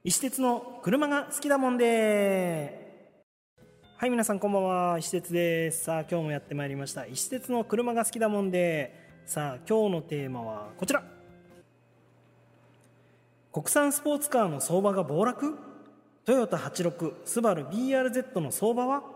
石鉄の車が好きだもんで。はい、皆さんこんばんは、石鉄です。さあ今日もやってまいりました石鉄の車が好きだもんで。さあ今日のテーマはこちら。国産スポーツカーの相場が暴落、トヨタ86、スバル BRZ の相場は。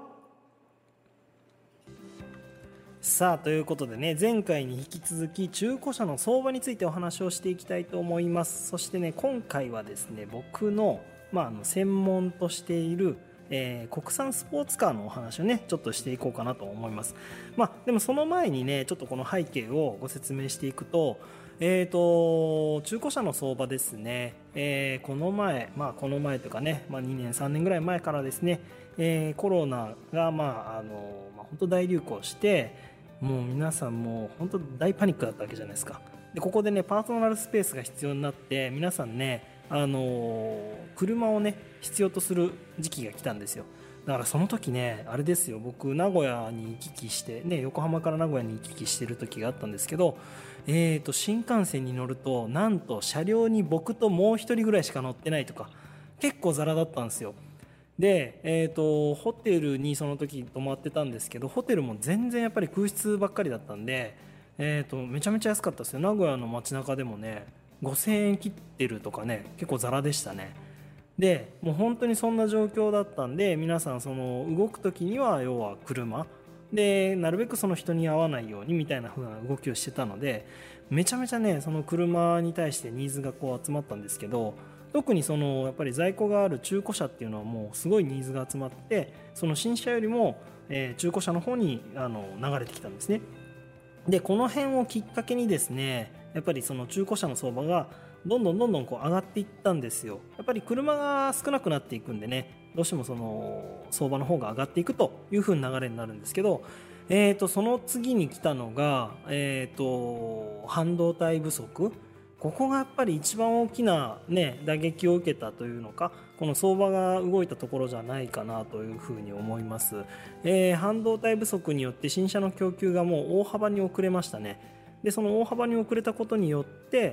さあということでね、前回に引き続き中古車の相場についてお話をしていきたいと思います。そしてね、今回はですね、僕の、専門としている、国産スポーツカーのお話をねちょっとしていこうかなと思います。でもその前にね、ちょっとこの背景をご説明していくと、中古車の相場ですね、この前というかね、2年3年ぐらい前からですね、コロナが本当大流行して、もう皆さんもう本当大パニックだったわけじゃないですか。でここでね、パーソナルスペースが必要になって、皆さんね、車をね必要とする時期が来たんですよ。だからその時ね、あれですよ、僕名古屋に行き来してね、横浜から名古屋に行き来してる時があったんですけど、新幹線に乗るとなんと車両に僕ともう一人ぐらいしか乗ってないとか、結構ザラだったんですよ。で、ホテルにその時泊まってたんですけど、ホテルも全然やっぱり空室ばっかりだったんで、めちゃめちゃ安かったですよ。名古屋の街中でもね5000円切ってるとかね、結構ザラでしたね。でもう本当にそんな状況だったんで、皆さんその動く時には要は車で、なるべくその人に合わないようにみたいな風な動きをしてたので、めちゃめちゃねその車に対してニーズがこう集まったんですけど、特にそのやっぱり在庫がある中古車っていうのはもうすごいニーズが集まって、その新車よりも中古車の方に流れてきたんですね。でこの辺をきっかけにですね、やっぱりその中古車の相場がどんどんこう上がっていったんですよ。やっぱり車が少なくなっていくんでね、どうしてもその相場の方が上がっていくという風な流れになるんですけど、その次に来たのが、半導体不足。ここがやっぱり一番大きな、ね、打撃を受けたというのか、この相場が動いたところじゃないかなというふうに思います。半導体不足によって新車の供給がもう大幅に遅れましたね。でその大幅に遅れたことによって、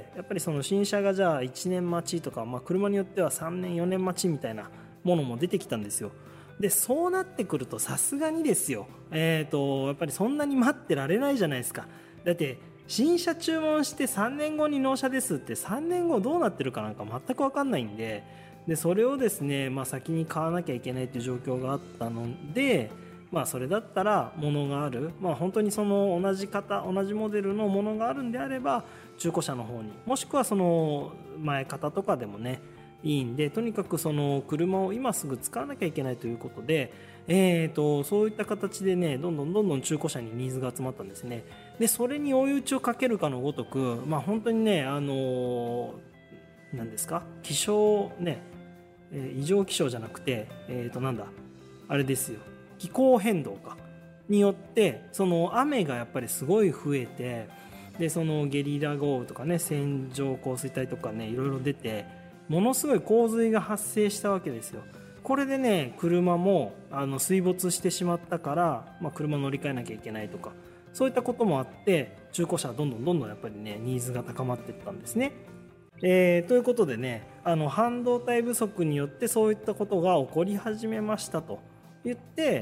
やっぱりその新車がじゃあ1年待ちとか、車によっては3年4年待ちみたいなものも出てきたんですよ。でそうなってくるとさすがにですよ、やっぱりそんなに待ってられないじゃないですか。だって新車注文して3年後に納車ですって、3年後どうなってるかなんか全く分かんないんで、それをですね、先に買わなきゃいけないという状況があったので、それだったら物がある、本当にその同じモデルのものがあるんであれば中古車の方に、もしくはその前型とかでもねいいんで、とにかくその車を今すぐ使わなきゃいけないということで、そういった形でね、どんどん中古車にニーズが集まったんですね。でそれに追い打ちをかけるかのごとく、本当にね、何ですか、気象ね、異常気象じゃなくて、あれですよ、気候変動かによってその雨がやっぱりすごい増えて、でそのゲリラ豪雨とかね、線状降水帯とかね、いろいろ出て、ものすごい洪水が発生したわけですよ。これでね、車も水没してしまったから、車乗り換えなきゃいけないとか、そういったこともあって中古車はどんどんやっぱりねニーズが高まっていったんですね。ということでね、半導体不足によってそういったことが起こり始めましたと言って、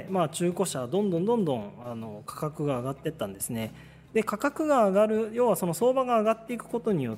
中古車はどんどん価格が上がっていったんですね。で価格が上がる、要はその相場が上がっていくことによって、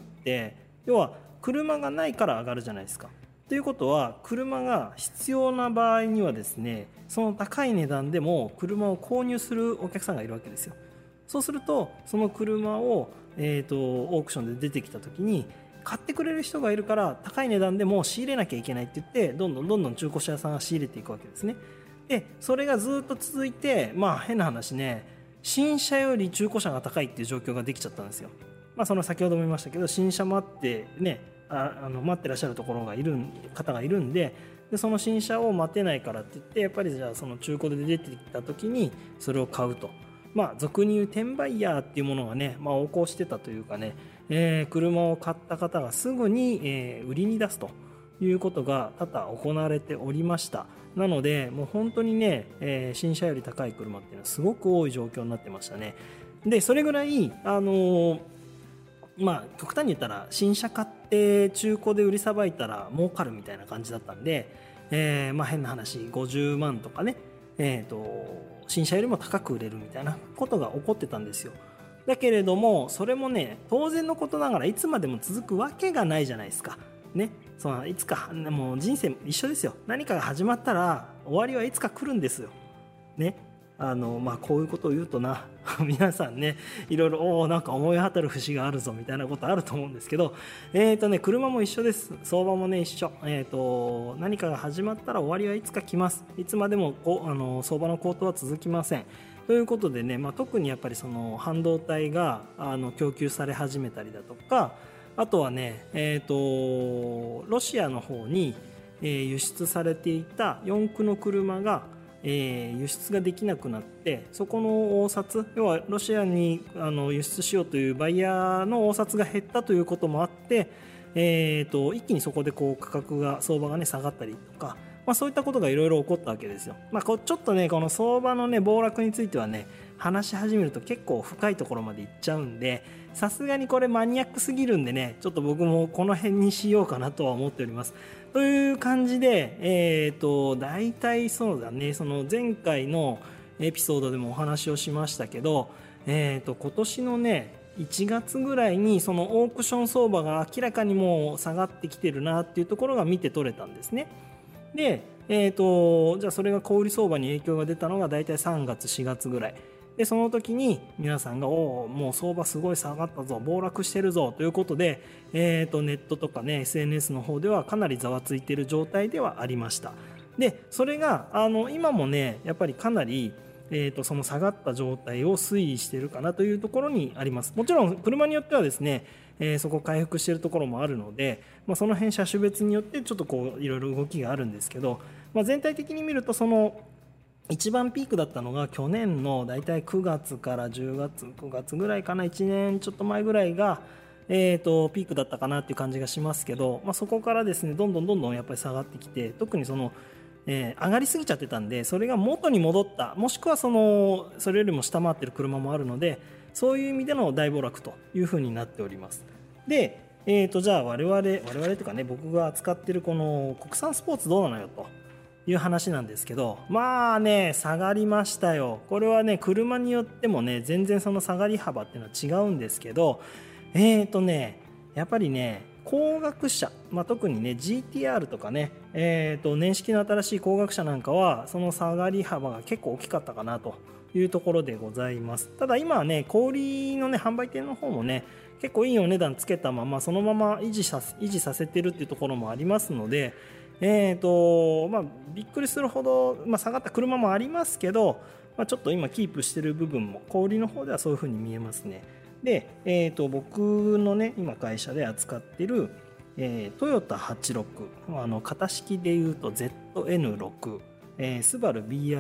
要は車がないから上がるじゃないですか。ということは車が必要な場合にはですね、その高い値段でも車を購入するお客さんがいるわけですよ。そうするとその車を、オークションで出てきた時に買ってくれる人がいるから、高い値段でも仕入れなきゃいけないって言って、どんどん中古車屋さんが仕入れていくわけですね。でそれがずっと続いて、変な話ね、新車より中古車が高いっていう状況ができちゃったんですよ。その先ほども言いましたけど、新車待ってね、待ってらっしゃるところがいる方がいるんで、その新車を待てないからって言って、やっぱりじゃあその中古で出てきた時にそれを買うと、俗に言う転売ヤーっていうものがね、横行してたというかね、車を買った方がすぐに、売りに出すということが多々行われておりました。なのでもう本当にね、新車より高い車っていうのはすごく多い状況になってましたね。でそれぐらい極端に言ったら新車買ってって中古で売りさばいたら儲かるみたいな感じだったんで、変な話50万とかね、新車よりも高く売れるみたいなことが起こってたんですよ。だけれどもそれもね当然のことながらいつまでも続くわけがないじゃないですかね。いつかもう人生一緒ですよ。何かが始まったら終わりはいつか来るんですよね。こういうことを言うとな皆さんねいろいろなんか思い当たる節があるぞみたいなことあると思うんですけど、車も一緒です。相場もね一緒。何かが始まったら終わりはいつか来ます。いつまでも相場の高騰は続きません。ということでね、特にやっぱりその半導体が供給され始めたりだとか、あとはね、ロシアの方に輸出されていた四駆の車が輸出ができなくなって、そこの応札、要はロシアに輸出しようというバイヤーの応札が減ったということもあって、一気にそこでこう価格が相場がね下がったりとか、そういったことがいろいろ起こったわけですよ。ちょっとねこの相場のね暴落についてはね話し始めると結構深いところまでいっちゃうんで、さすがにこれマニアックすぎるんでね、ちょっと僕もこの辺にしようかなとは思っております。という感じで、大体そうだね、その前回のエピソードでもお話をしましたけど、今年のね1月ぐらいにそのオークション相場が明らかにもう下がってきてるなっていうところが見て取れたんですね。で、じゃあそれが小売相場に影響が出たのが大体3月4月ぐらいで、その時に皆さんがもう相場すごい下がったぞ、暴落してるぞということで、ネットとかね SNS の方ではかなりざわついている状態ではありました。でそれが今もねやっぱりかなりその下がった状態を推移しているかなというところにあります。もちろん車によってはですね、そこ回復しているところもあるので、その辺車種別によってちょっとこういろいろ動きがあるんですけど、全体的に見るとその一番ピークだったのが去年のだいたい9月から10月9月ぐらいかな、1年ちょっと前ぐらいがピークだったかなっていう感じがしますけど、そこからですねどんどんやっぱり下がってきて、特にその上がりすぎちゃってたんで、それが元に戻った、もしくはそれよりも下回ってる車もあるので、そういう意味での大暴落というふうになっております。で、じゃあ我々というかね、僕が扱ってるこの国産スポーツどうなのよという話なんですけど、下がりましたよ。これはね車によってもね全然その下がり幅っていうのは違うんですけど、やっぱりね高額車、特にね GTR とかね、年式の新しい高額車なんかはその下がり幅が結構大きかったかなというところでございます。ただ今はね小売のね販売店の方もね結構いいお値段つけたままそのまま維持させてるっていうところもありますので、びっくりするほど、下がった車もありますけど、ちょっと今キープしてる部分も小売の方ではそういう風に見えますね。で、僕のね今会社で扱ってる、トヨタ86、型式でいうと ZN6、スバル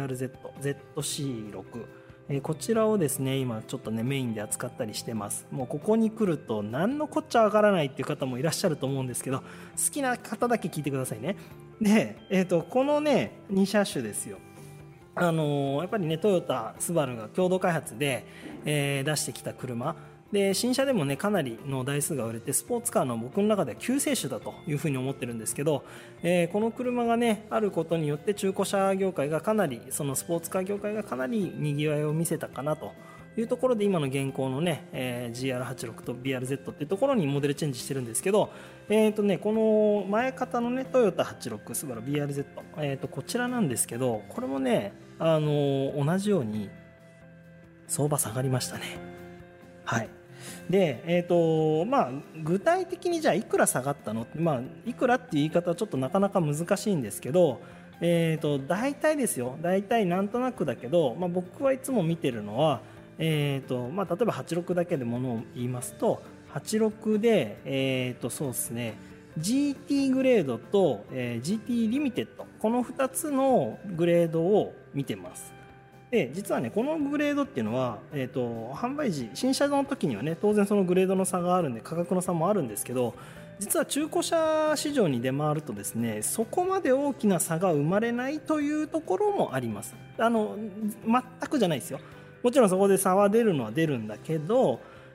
BRZ、ZC6、こちらをですね今ちょっとねメインで扱ったりしてます。もうここに来ると何のこっちゃわからないっていう方もいらっしゃると思うんですけど、好きな方だけ聞いてくださいね。で、このね2車種ですよ。やっぱりねトヨタスバルが共同開発で、出してきた車で、新車でもねかなりの台数が売れて、スポーツカーの僕の中では救世主だというふうに思ってるんですけど、この車がねあることによって中古車業界がかなり、そのスポーツカー業界がかなりにぎわいを見せたかなというところで、今の現行のね、GR86 と BRZ っていうところにモデルチェンジしてるんですけど、この前型のねトヨタ86スバル BRZ、こちらなんですけど、これもね同じように相場下がりましたね。はい。で、具体的にじゃあいくら下がったのって、いくらっていう言い方はちょっとなかなか難しいんですけど、大体ですよ、大体なんとなくだけど、僕はいつも見てるのは、例えば86だけでものを言いますと、86で、そうですね、GT グレードと、GT リミテッド、この2つのグレードを見てます。で実はねこのグレードっていうのは、販売時新車の時にはね当然そのグレードの差があるんで価格の差もあるんですけど、実は中古車市場に出回るとですねそこまで大きな差が生まれないというところもあります。全くじゃないですよ。もちろんそこで差は出るのは出るんだけど、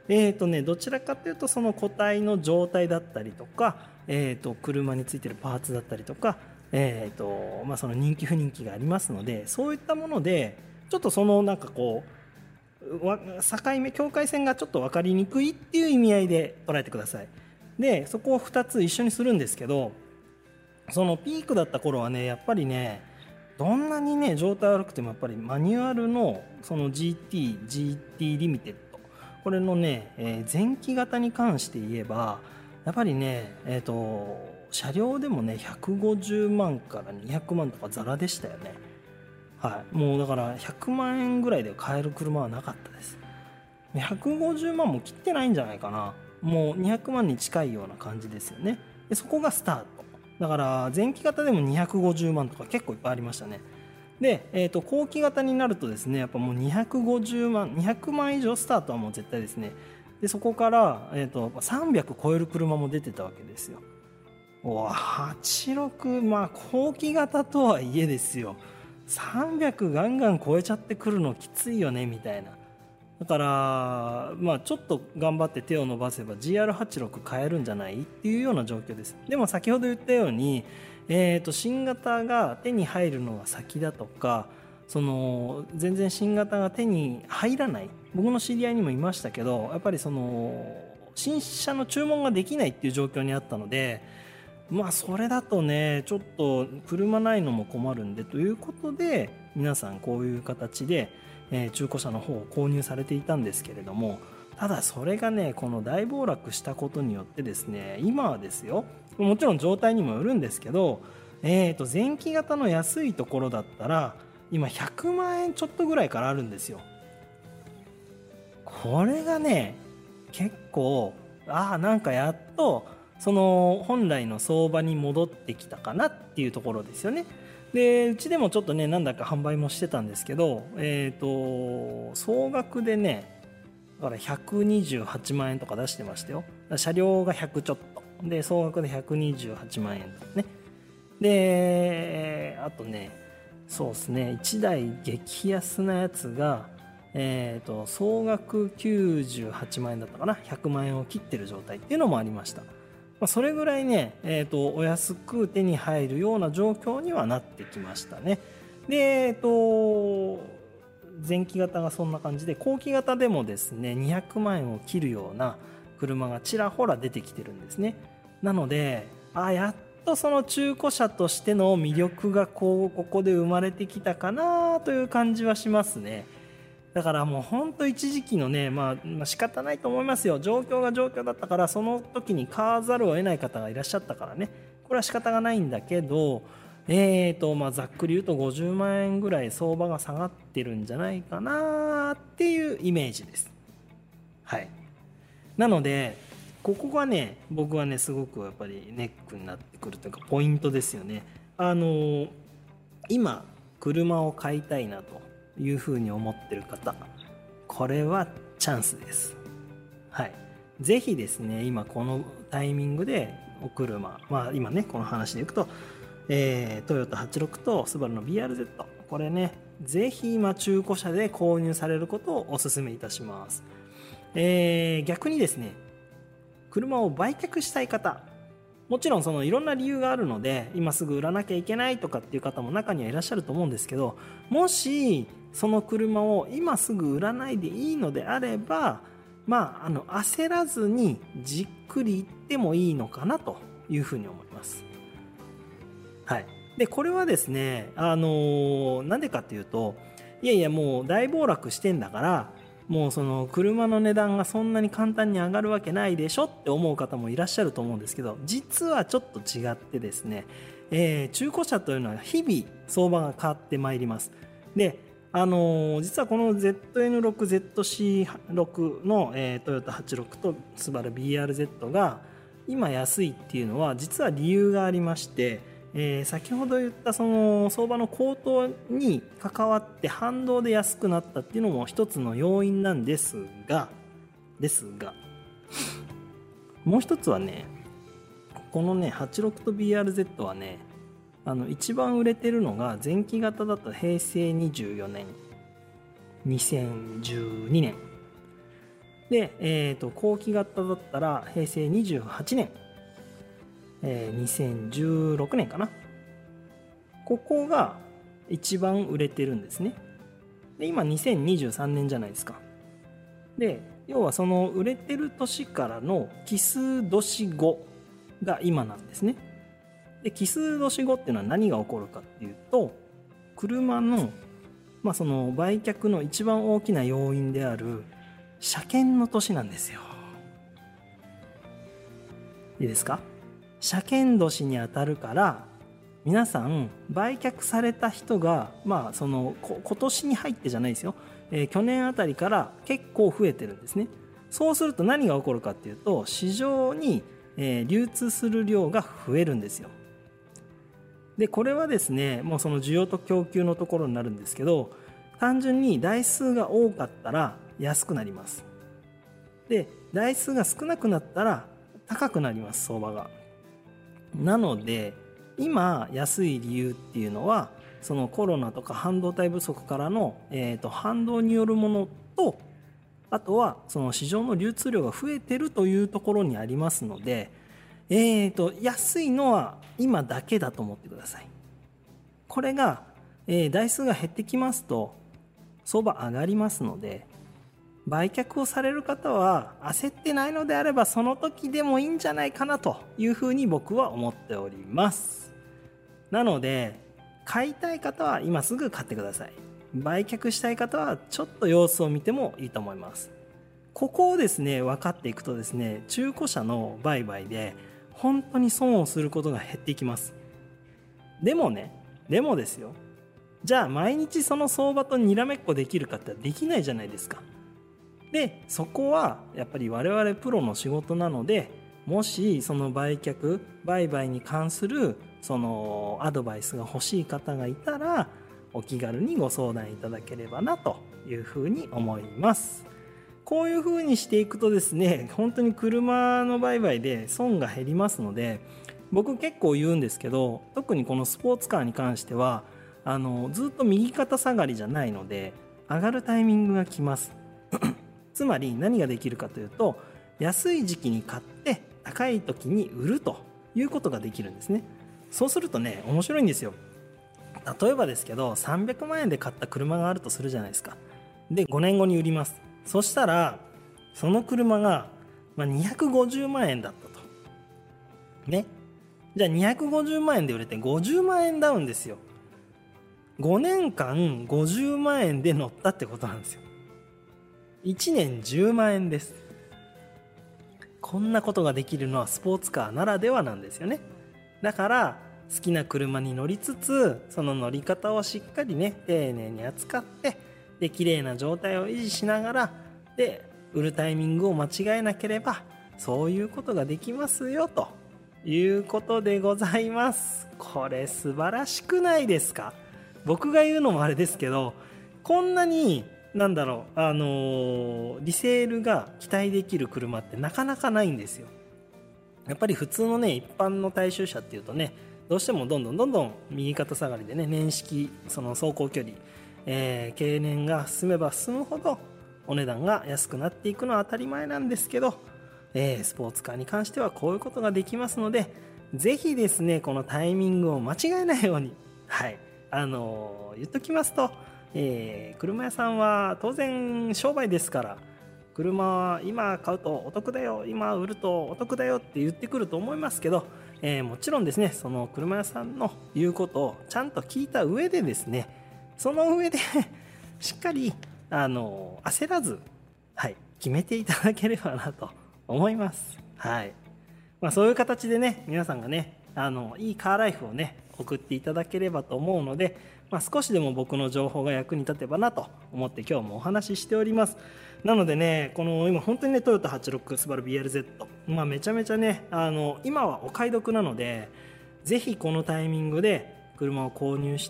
どちらかというとその個体の状態だったりとか、車についてるパーツだったりとか、その人気不人気がありますので、そういったものでちょっとそのなんかこう境目境界線がちょっと分かりにくいっていう意味合いで捉えてください。でそこを2つ一緒にするんですけど、そのピークだった頃はねやっぱりねどんなにね状態悪くてもやっぱりマニュアルのその GT リミテッドこれのね、前期型に関して言えばやっぱりね車両でもね150万から200万とかザラでしたよね。はい、もうだから100万円ぐらいで買える車はなかったです。150万も切ってないんじゃないかな。もう200万に近いような感じですよね。でそこがスタートだから前期型でも250万とか結構いっぱいありましたね。で、後期型になるとですねやっぱもう250万200万以上スタートはもう絶対ですね。でそこから、300超える車も出てたわけですよ。86まあ後期型とはいえですよ300ガンガン超えちゃってくるのきついよねみたいな。だからちょっと頑張って手を伸ばせば GR86 買えるんじゃないっていうような状況です。でも先ほど言ったように、新型が手に入るのが先だとかその全然新型が手に入らない僕の知り合いにもいましたけどやっぱりその新車の注文ができないっていう状況にあったのでそれだとねちょっと車ないのも困るんでということで皆さんこういう形で中古車の方を購入されていたんですけれども、ただそれがねこの大暴落したことによってですね今はですよもちろん状態にもよるんですけど、前期型の安いところだったら今100万円ちょっとぐらいからあるんですよ。これがね結構なんかやっとその本来の相場に戻ってきたかなっていうところですよね。でうちでもちょっとねなんだか販売もしてたんですけど、総額でねだから128万円とか出してましたよ。車両が100ちょっとで総額で128万円とかね。であとねそうですね1台激安なやつが総額98万円だったかな100万円を切ってる状態っていうのもありました。それぐらいね、お安く手に入るような状況にはなってきましたね。で、前期型がそんな感じで後期型でもですね200万円を切るような車がちらほら出てきてるんですね。なのでやっとその中古車としての魅力がここで生まれてきたかなという感じはしますね。だからもう本当一時期のね仕方ないと思いますよ。状況が状況だったからその時に買わざるを得ない方がいらっしゃったからねこれは仕方がないんだけどざっくり言うと50万円ぐらい相場が下がってるんじゃないかなっていうイメージです。はい。なのでここがね僕はねすごくやっぱりネックになってくるというかポイントですよね。今車を買いたいなというふうに思ってる方これはチャンスです。はい。ぜひですね今このタイミングでお車今ねこの話でいくとトヨタ86とスバルの BRZ これねぜひ今中古車で購入されることをお勧めいたします。逆にですね車を売却したい方もちろんそのいろんな理由があるので今すぐ売らなきゃいけないとかっていう方も中にはいらっしゃると思うんですけどもしその車を今すぐ売らないでいいのであれば焦らずにじっくりいってもいいのかなというふうに思います。はい。でこれはですねなんでかっていうといやいやもう大暴落してんだからもうその車の値段がそんなに簡単に上がるわけないでしょって思う方もいらっしゃると思うんですけど実はちょっと違ってですね、中古車というのは日々相場が変わってまいります。で実はこの ZN6ZC6 の、トヨタ86とスバル BRZ が今安いっていうのは実は理由がありまして、先ほど言ったその相場の高騰に関わって反動で安くなったっていうのも一つの要因なんですがもう一つはねこのね86と BRZ はね一番売れてるのが前期型だと平成24年2012年で、後期型だったら平成28年、2016年かな、ここが一番売れてるんですね。で今2023年じゃないですか。で要はその売れてる年からの奇数年後が今なんですね。で奇数年後っていうのは何が起こるかっていうと、車の、その売却の一番大きな要因である車検の年なんですよ。いいですか？車検年に当たるから、皆さん売却された人が今年に入ってじゃないですよ、去年あたりから結構増えてるんですね。そうすると何が起こるかっていうと、市場に、流通する量が増えるんですよ。でこれはですね、もうその需要と供給のところになるんですけど、単純に台数が多かったら安くなります。で台数が少なくなったら高くなります、相場が。なので今安い理由っていうのは、そのコロナとか半導体不足からの、反動によるものと、あとはその市場の流通量が増えてるというところにありますので、安いのは今だけだと思ってください。これが、台数が減ってきますと相場上がりますので、売却をされる方は焦ってないのであればその時でもいいんじゃないかなというふうに僕は思っております。なので買いたい方は今すぐ買ってください。売却したい方はちょっと様子を見てもいいと思います。ここをですね分かっていくとですね、中古車の売買で本当に損をすることが減っていきます。でもですよ、じゃあ毎日その相場とにらめっこできるかってできないじゃないですか。でそこはやっぱり我々プロの仕事なので、もしその売買に関するそのアドバイスが欲しい方がいたら、お気軽にご相談いただければなというふうに思います。こういうふうにしていくとですね、本当に車の売買で損が減りますので、僕結構言うんですけど、特にこのスポーツカーに関してはずっと右肩下がりじゃないので、上がるタイミングが来ますつまり何ができるかというと、安い時期に買って高い時に売るということができるんですね。そうするとね、面白いんですよ。例えばですけど、300万円で買った車があるとするじゃないですか。で5年後に売ります。そしたらその車が250万円だったとね。じゃあ250万円で売れて50万円ダウンですよ。5年間50万円で乗ったってことなんですよ。1年10万円です。こんなことができるのはスポーツカーならではなんですよね。だから好きな車に乗りつつ、その乗り方をしっかりね、丁寧に扱って、で綺麗な状態を維持しながら、で売るタイミングを間違えなければそういうことができますよということでございます。これ素晴らしくないですか？僕が言うのもあれですけど、こんなにリセールが期待できる車ってなかなかないんですよ。やっぱり普通のね、一般の大衆車っていうとね、どうしてもどんどん右肩下がりでね、年式、その走行距離、経年が進めば進むほどお値段が安くなっていくのは当たり前なんですけど、スポーツカーに関してはこういうことができますので、ぜひですね、このタイミングを間違えないように、言っときますと、車屋さんは当然商売ですから、車は今買うとお得だよ、今売るとお得だよって言ってくると思いますけど、もちろんですね、その車屋さんの言うことをちゃんと聞いた上でですね、その上でしっかり焦らず、決めていただければなと思います。そういう形でね、皆さんがね、いいカーライフをね送っていただければと思うので、少しでも僕の情報が役に立てばなと思って今日もお話ししております。なのでね、この今本当にね、トヨタ86、スバル BRZ、めちゃめちゃね、今はお買い得なので、ぜひこのタイミングで車を購入して、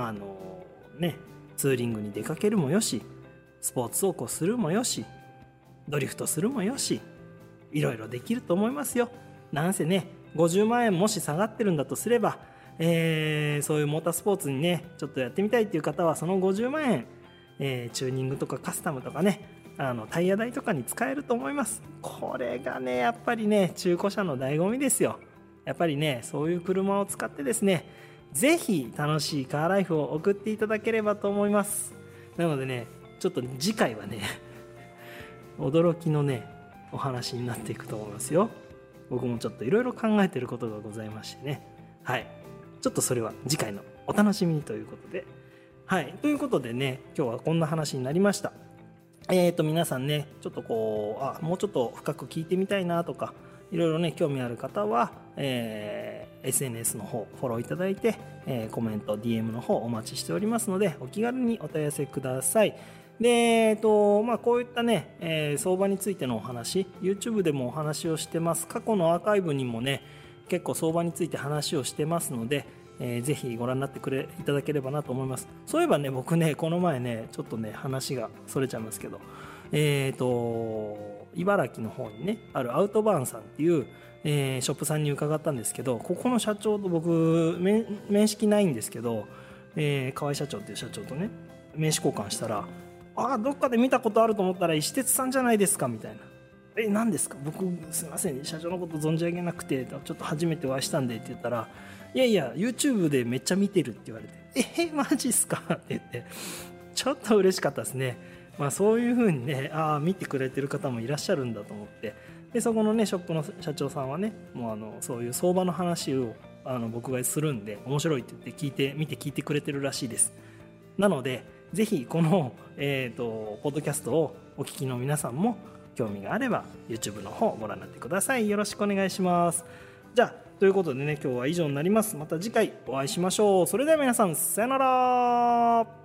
ツーリングに出かけるもよし、スポーツ走行するもよし、ドリフトするもよし、いろいろできると思いますよ。なんせね、50万円もし下がってるんだとすれば、そういうモータースポーツにねちょっとやってみたいっていう方は、その50万円、 チューニングとかカスタムとかね、タイヤ代とかに使えると思います。これがねやっぱりね中古車の醍醐味ですよ。やっぱりねそういう車を使ってですね、ぜひ楽しいカーライフを送っていただければと思います。なのでねちょっと次回はね驚きのねお話になっていくと思いますよ。僕もちょっといろいろ考えていることがございましてね、はい、ちょっとそれは次回のお楽しみにということで、はい、ということでね今日はこんな話になりました。皆さんねちょっとこうもうちょっと深く聞いてみたいなとかいろいろね興味ある方は、SNS の方フォローいただいて、コメント DM の方お待ちしておりますのでお気軽にお問い合わせください。でこういったね、相場についてのお話 YouTube でもお話をしてます。過去のアーカイブにもね結構相場について話をしてますので、ぜひご覧になっていただければなと思います。そういえばね僕ねこの前ねちょっとね話がそれちゃいますけど茨城の方にねあるアウトバーンさんっていう、ショップさんに伺ったんですけど、ここの社長と僕面識ないんですけど、河合社長っていう社長とね名刺交換したらどっかで見たことあると思ったら石鉄さんじゃないですかみたいな。何ですか、僕すいません社長のこと存じ上げなくてちょっと初めてお会いしたんでって言ったら、いや YouTube でめっちゃ見てるって言われて、マジっすかって言ってちょっと嬉しかったですね。そういう風にね見てくれてる方もいらっしゃるんだと思って、でそこのねショップの社長さんはねもうそういう相場の話を僕がするんで面白いって言って見て聞いてくれてるらしいです。なのでぜひこの、ポッドキャストをお聞きの皆さんも興味があれば YouTube の方ご覧になってください。よろしくお願いします。じゃあということでね今日は以上になります。また次回お会いしましょう。それでは皆さんさよなら。